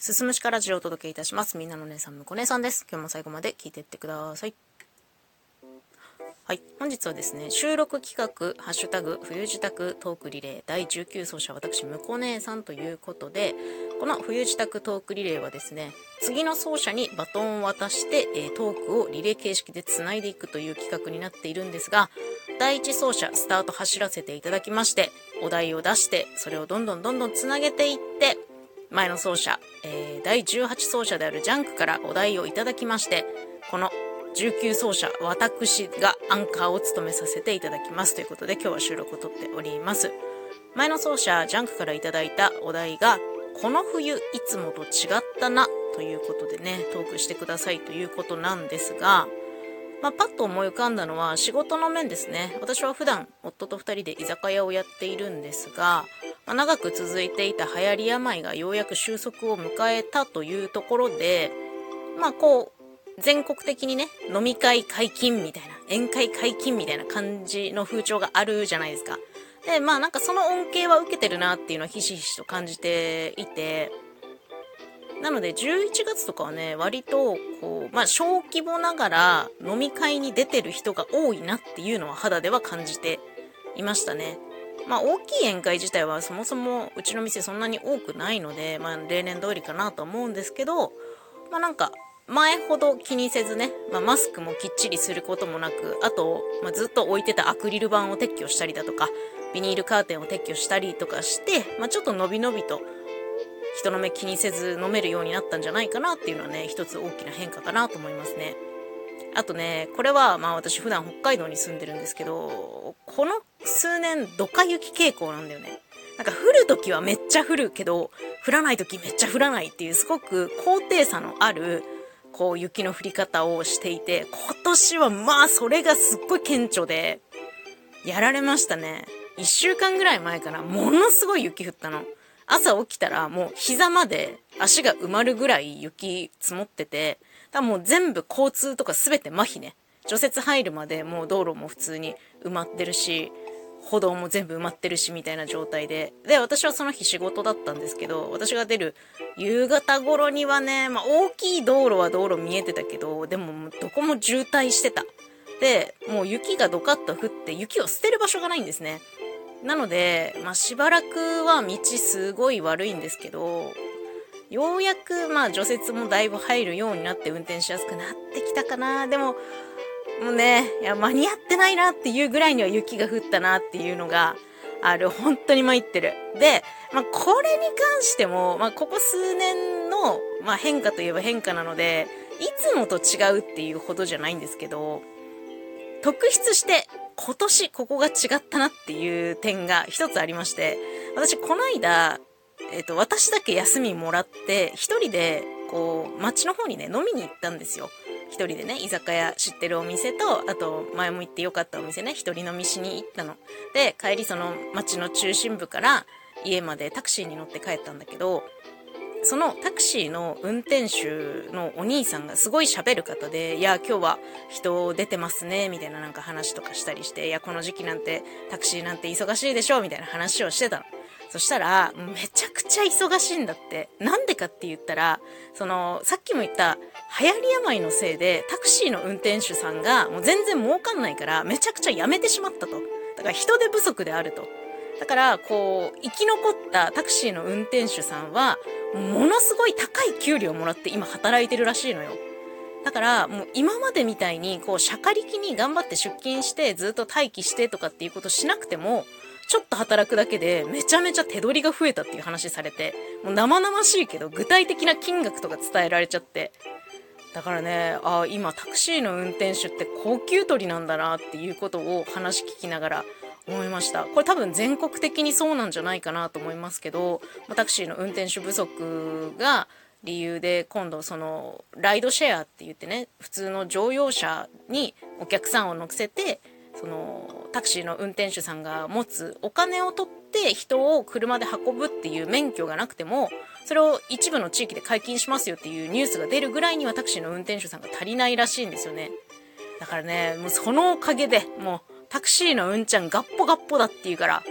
すすむしかラジオをお届けいたします。みんなの姉さん、むこ姉さんです。今日も最後まで聞いていってください。はい、本日はですね、収録企画、ハッシュタグ、冬支度トークリレー第19走者、私、むこ姉さんということで、この冬支度トークリレーはですね、次の走者にバトンを渡して、トークをリレー形式でつないでいくという企画になっているんですが、第1走者、スタート走らせていただきまして、お題を出して、それをどんどんつなげていって、前の走者、第18走者であるジャンクからお題をいただきまして、この19走者、私がアンカーを務めさせていただきますということで、今日は収録をとっております。前の走者、ジャンクからいただいたお題が、この冬いつもと違ったなということでね、トークしてくださいということなんですが、パッと思い浮かんだのは仕事の面ですね。私は普段夫と2人で居酒屋をやっているんですが、長く続いていた流行り病がようやく収束を迎えたというところで、全国的にね、飲み会解禁みたいな、宴会解禁みたいな感じの風潮があるじゃないですか。で、その恩恵は受けてるなっていうのはひしひしと感じていて、なので11月とかはね、割と小規模ながら飲み会に出てる人が多いなっていうのは肌では感じていましたね。大きい宴会自体はそもそもうちの店そんなに多くないので、例年通りかなと思うんですけど、前ほど気にせずね、マスクもきっちりすることもなく、あと、ずっと置いてたアクリル板を撤去したりだとか、ビニールカーテンを撤去したりとかして、ちょっとのびのびと人の目気にせず飲めるようになったんじゃないかなっていうのはね、一つ大きな変化かなと思いますね。あとね、これは私普段北海道に住んでるんですけど、この数年ドカ雪傾向なんだよね。降るときはめっちゃ降るけど、降らないときめっちゃ降らないっていうすごく高低差のある雪の降り方をしていて、今年はそれがすっごい顕著で、やられましたね。1週間ぐらい前かな、ものすごい雪降ったの。朝起きたらもう膝まで足が埋まるぐらい雪積もってて、もう全部交通とかすべて麻痺ね。除雪入るまでもう道路も普通に埋まってるし、歩道も全部埋まってるしみたいな状態で。で、私はその日仕事だったんですけど、私が出る夕方頃にはね、大きい道路は道路見えてたけど、でもどこも渋滞してた。で、もう雪がドカッと降って雪を捨てる場所がないんですね。なので、しばらくは道すごい悪いんですけど、ようやく除雪もだいぶ入るようになって運転しやすくなってきたかな。でも、もうね、間に合ってないなっていうぐらいには雪が降ったなっていうのがある。本当に参ってる。で、これに関しても、ここ数年の、変化といえば変化なので、いつもと違うっていうほどじゃないんですけど、特筆して今年ここが違ったなっていう点が一つありまして、私この間、私だけ休みもらって一人で街の方にね飲みに行ったんですよ。一人でね、居酒屋知ってるお店と、あと前も行ってよかったお店ね、一人飲みしに行ったの。で、帰りその街の中心部から家までタクシーに乗って帰ったんだけど、そのタクシーの運転手のお兄さんがすごい喋る方で、いや今日は人出てますねみたいな話とかしたりして、いやこの時期なんてタクシーなんて忙しいでしょみたいな話をしてたの。そしたらめちゃくちゃ忙しいんだって。なんでかって言ったら、さっきも言った流行り病のせいでタクシーの運転手さんがもう全然儲かんないからめちゃくちゃ辞めてしまったと。だから人手不足であると。だから生き残ったタクシーの運転手さんはものすごい高い給料をもらって今働いてるらしいのよ。だからもう今までみたいにしゃかりきに頑張って出勤してずっと待機してとかっていうことしなくても、ちょっと働くだけでめちゃめちゃ手取りが増えたっていう話されて、もう生々しいけど具体的な金額とか伝えられちゃって、だからね、今タクシーの運転手って高級取りなんだなっていうことを話聞きながら思いました。これ多分全国的にそうなんじゃないかなと思いますけど、タクシーの運転手不足が理由で、今度ライドシェアって言ってね、普通の乗用車にお客さんを乗せて、タクシーの運転手さんが持つお金を取って人を車で運ぶっていう免許がなくても、それを一部の地域で解禁しますよっていうニュースが出るぐらいにはタクシーの運転手さんが足りないらしいんですよね。だからね、もうそのおかげでもうタクシーのうんちゃんガッポガッポだっていうから、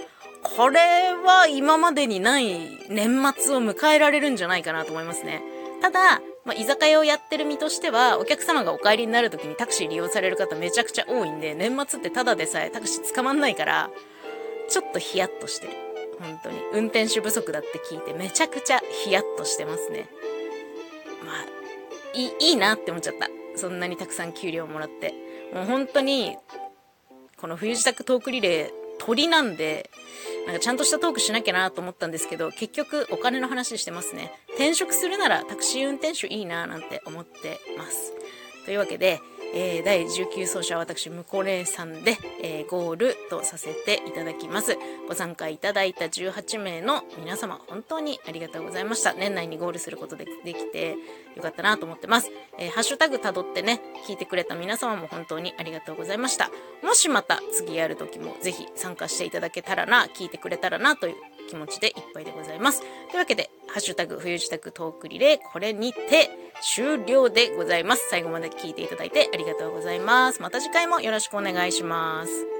これは今までにない年末を迎えられるんじゃないかなと思いますね。ただ、居酒屋をやってる身としては、お客様がお帰りになるときにタクシー利用される方めちゃくちゃ多いんで、年末ってただでさえタクシー捕まんないから、ちょっとヒヤッとしてる。本当に。運転手不足だって聞いてめちゃくちゃヒヤッとしてますね。いいなって思っちゃった。そんなにたくさん給料もらって。もう本当に、この冬支度トークリレー、鳥なんで、なんかちゃんとしたトークしなきゃなと思ったんですけど、結局お金の話してますね。転職するならタクシー運転手いいななんて思ってます。というわけで、第19走者は私、むこ姉さんで、ゴールとさせていただきます。ご参加いただいた18名の皆様、本当にありがとうございました。年内にゴールすることできてよかったなと思ってます。ハッシュタグ辿ってね、聞いてくれた皆様も本当にありがとうございました。もしまた次やる時もぜひ参加していただけたらな、聞いてくれたらなという気持ちでいっぱいでございます。というわけで、ハッシュタグ冬支度トークリレー、これにて終了でございます。最後まで聞いていただいてありがとうございます。また次回もよろしくお願いします。